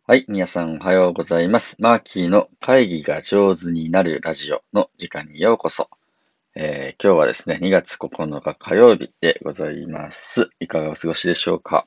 はい、皆さんおはようございます。マーキーの会議が上手になるラジオの時間にようこそ。今日はですね、2月9日火曜日でございます。いかがお過ごしでしょうか。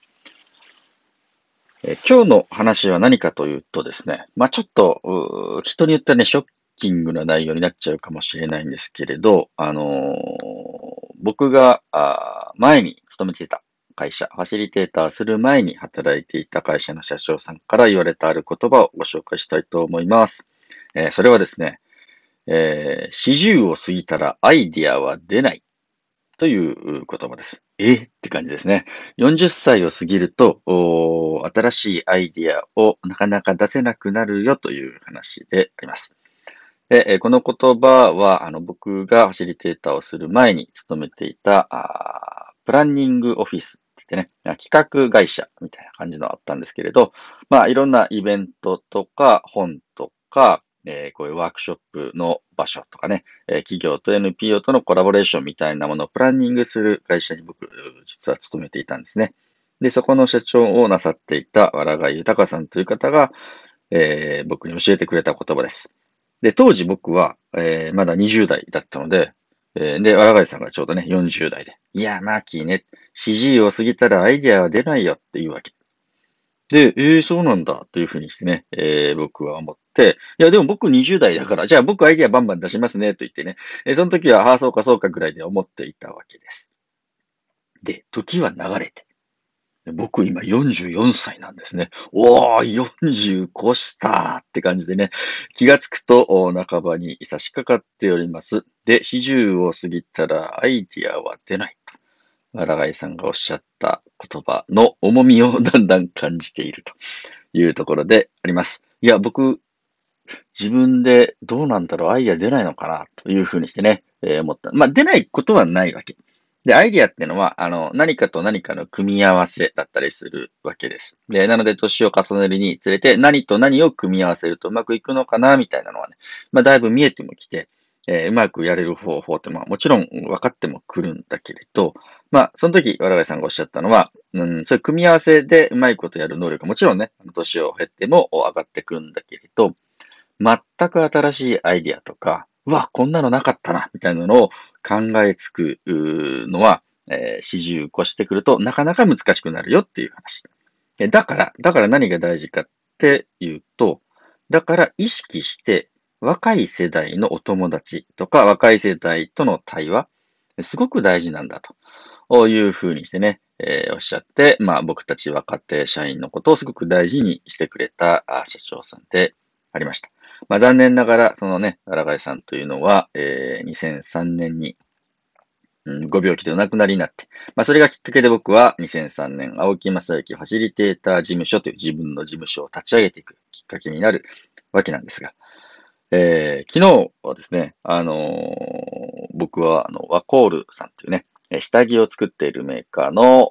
今日の話は何かというとですね、ちょっと、人によってはね、ショッキングな内容になっちゃうかもしれないんですけれど、僕が、前に勤めていた会社、ファシリテーターする前に働いていた会社の社長さんから言われたある言葉をご紹介したいと思います。それはですね、40を過ぎたらアイディアは出ないという言葉です。って感じですね。40歳を過ぎると、新しいアイディアをなかなか出せなくなるよという話であります。で、この言葉は、僕がファシリテーターをする前に勤めていた、プランニングオフィスって言ってね、企画会社みたいな感じのあったんですけれど、いろんなイベントとか本とか、こういうワークショップの場所とかね、企業と NPO とのコラボレーションみたいなものをプランニングする会社に僕、実は勤めていたんですね。で、そこの社長をなさっていた、わらがい豊さんという方が、僕に教えてくれた言葉です。で、当時僕は、まだ20代だったので、で、荒貝さんがちょうどね、40代で、いや、マーキーね、40を過ぎたらアイデアは出ないよっていうわけ。で、そうなんだというふうにしてね、僕は思って、いや、でも僕20代だから、じゃあ僕アイデアバンバン出しますねと言ってね、その時は、ああ、そうかそうかぐらいで思っていたわけです。で、時は流れて、僕今44歳なんですね。おー、40越したって感じでね、気がつくと半ばに差し掛かっております。で、40を過ぎたらアイディアは出ないと。荒貝さんがおっしゃった言葉の重みをだんだん感じているというところであります。いや、僕、自分でどうなんだろう、アイディア出ないのかなというふうにしてね、思った。出ないことはないわけ。で、アイディアっていうのは、何かと何かの組み合わせだったりするわけです。で、なので、年を重ねるにつれて、何と何を組み合わせるとうまくいくのかな、みたいなのはね、だいぶ見えてもきて、うまくやれる方法って、もちろん分かってもくるんだけれど、その時、わらがいさんがおっしゃったのは、そういう組み合わせでうまいことやる能力、もちろんね、年を経っても上がってくるんだけれど、全く新しいアイディアとか、うわ、こんなのなかったな、みたいなのを考えつくのは、40越してくるとなかなか難しくなるよっていう話。だから何が大事かっていうと、だから意識して若い世代のお友達とか若い世代との対話、すごく大事なんだというふうにしてね、おっしゃって、僕たち若手社員のことをすごく大事にしてくれた社長さんでありました。残念ながら、そのね、荒貝さんというのは、2003年に、ご病気でお亡くなりになって、それがきっかけで僕は2003年、青木正幸ファシリテーター事務所という自分の事務所を立ち上げていくきっかけになるわけなんですが、昨日はですね、僕は、ワコールさんというね、下着を作っているメーカーの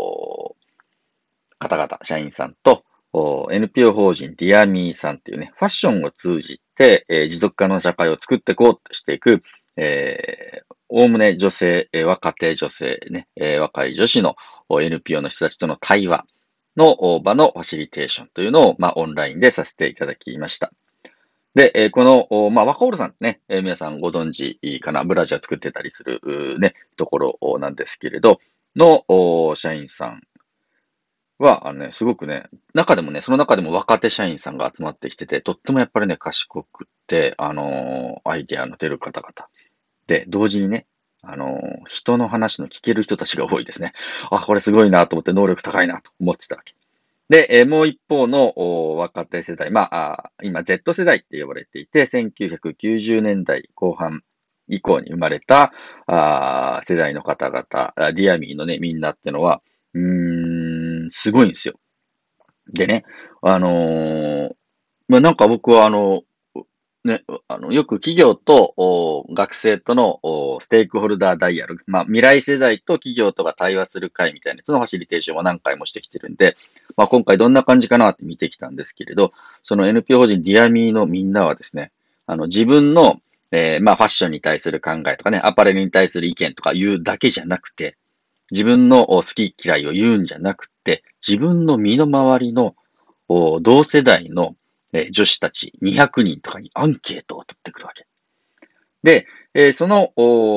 方々、社員さんと、NPO 法人ディアミーさんというね、ファッションを通じて、持続可能な社会を作っていこうとしていく、おおむね女性、若手女性ね、若い女子のNPO の人たちとの対話の場のファシリテーションというのを、オンラインでさせていただきました。で、この、ワコールさんね、皆さんご存知かな、ブラジャー作ってたりする、ね、ところなんですけれど、の、社員さんは、すごくね、その中でも若手社員さんが集まってきてて、とってもやっぱりね、賢くって、アイデアの出る方々。で、同時にね、人の話の聞ける人たちが多いですね。これすごいなと思って能力高いなと思ってたわけ。で、もう一方の若手世代、今 Z 世代って呼ばれていて、1990年代後半以降に生まれた世代の方々、ディアミーのね、みんなってのは、すごいんですよ。でね、あのなんか僕はね、よく企業と学生とのステークホルダーダイヤル、未来世代と企業とが対話する会みたいな、そのファシリテーションを何回もしてきてるんで、今回どんな感じかなって見てきたんですけれど、その NPO 法人ディアミーのみんなはですね、自分の、ファッションに対する考えとかね、アパレルに対する意見とか言うだけじゃなくて、自分の好き嫌いを言うんじゃなくて、自分の身の回りの同世代の女子たち200人とかにアンケートを取ってくるわけ。で、その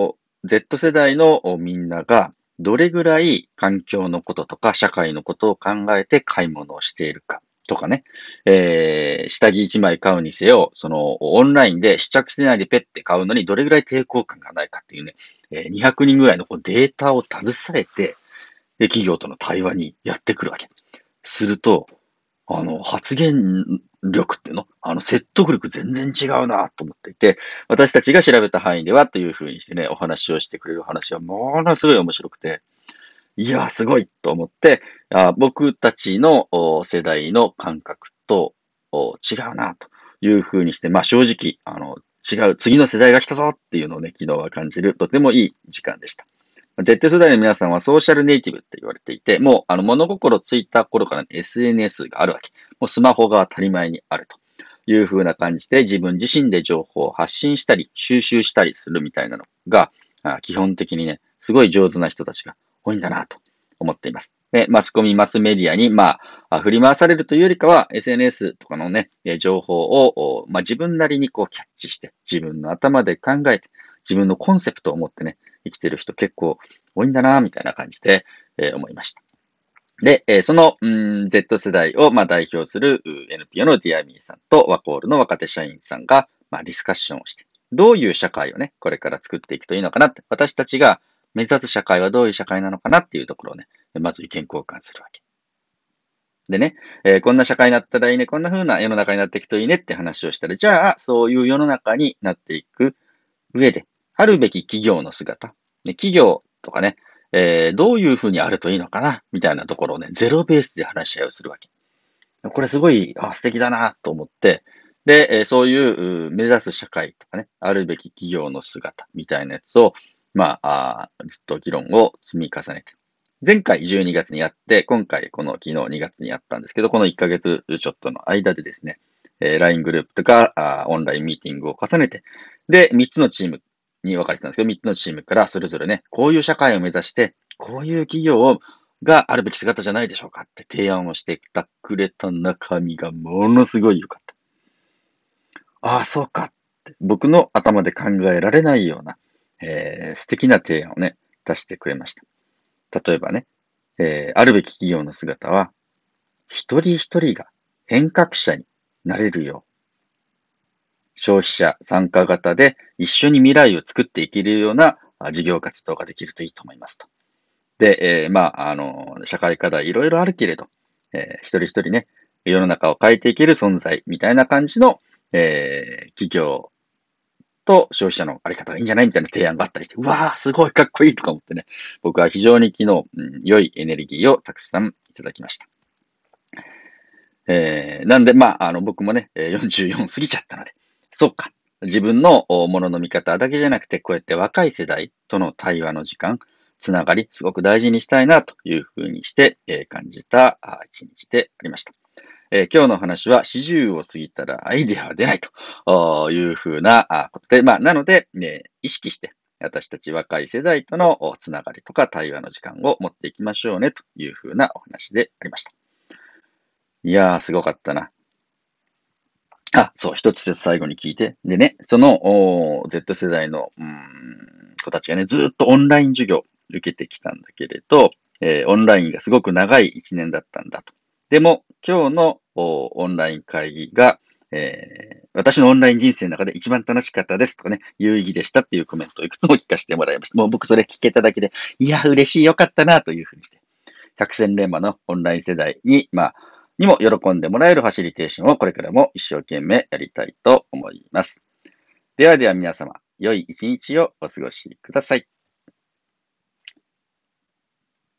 Z 世代のみんながどれぐらい環境のこととか社会のことを考えて買い物をしているかとかね、下着1枚買うにせよ、そのオンラインで試着しないでペッて買うのにどれぐらい抵抗感がないかっていうね、200人ぐらいのデータを携えて、企業との対話にやってくるわけ。すると、発言力っていうの説得力全然違うなと思っていて、私たちが調べた範囲ではというふうにしてね、お話をしてくれる話はものすごい面白くて、いや、すごいと思って、僕たちの世代の感覚と違うなというふうにして、正直、違う、次の世代が来たぞっていうのをね、昨日は感じる、とてもいい時間でした。Z 世代の皆さんはソーシャルネイティブって言われていて、もう物心ついた頃から、SNS があるわけ。もうスマホが当たり前にあるという風な感じで自分自身で情報を発信したり収集したりするみたいなのが基本的にね、すごい上手な人たちが多いんだなと思っています。で、マスコミ、マスメディアに、振り回されるというよりかは、SNS とかのね、情報を、自分なりにキャッチして、自分の頭で考えて、自分のコンセプトを持ってね、生きてる人結構多いんだな、みたいな感じで、思いました。で、その、Z 世代を、代表する NPO のディアミーさんとワコールの若手社員さんが、ディスカッションをして、どういう社会をね、これから作っていくといいのかなって、私たちが目指す社会はどういう社会なのかなっていうところをね、まず意見交換するわけ。でね、こんな社会になったらいいね、こんな風な世の中になっていくといいねって話をしたら、じゃあ、そういう世の中になっていく上で、あるべき企業の姿、企業とかね、どういうふうにあるといいのかな、みたいなところをね、ゼロベースで話し合いをするわけ。これすごい、素敵だなと思って、で、そういう目指す社会とかね、あるべき企業の姿みたいなやつを、ずっと議論を積み重ねて。前回12月にやって、今回この昨日2月にやったんですけど、この1ヶ月ちょっとの間でですね、LINE グループとかオンラインミーティングを重ねて、で、3つのチームに分かれてたんですけど、3つのチームからそれぞれね、こういう社会を目指して、こういう企業があるべき姿じゃないでしょうかって提案をしてくれた中身がものすごい良かった。ああ、そうかって。僕の頭で考えられないような、素敵な提案をね、出してくれました。例えばね、あるべき企業の姿は、一人一人が変革者になれるよう、消費者参加型で一緒に未来を作っていけるような事業活動ができるといいと思いますと。で、社会課題いろいろあるけれど、一人一人ね、世の中を変えていける存在みたいな感じの、企業と消費者のあり方がいいんじゃないみたいな提案があったりして、うわー、すごいかっこいいとか思ってね、僕は非常に昨日、良いエネルギーをたくさんいただきました。なんで、僕もね、44過ぎちゃったので、そうか。自分のものの見方だけじゃなくて、こうやって若い世代との対話の時間、つながり、すごく大事にしたいなというふうにして、感じた一日でありました。今日の話は、40を過ぎたらアイデアは出ないというふうなことで、なので、意識して、私たち若い世代とのつながりとか対話の時間を持っていきましょうねというふうなお話でありました。いやー、すごかったな。そう、一つ最後に聞いて。でね、その、Z 世代の、子たちがね、ずっとオンライン授業受けてきたんだけれど、オンラインがすごく長い一年だったんだと。でも、今日のオンライン会議が、私のオンライン人生の中で一番楽しかったですとかね、有意義でしたっていうコメントをいくつも聞かせてもらいました。もう僕それ聞けただけで、いや、嬉しい、よかったなというふうにして、百戦錬磨のオンライン世代に、にも喜んでもらえるファシリテーションをこれからも一生懸命やりたいと思います。ではでは皆様、良い一日をお過ごしください。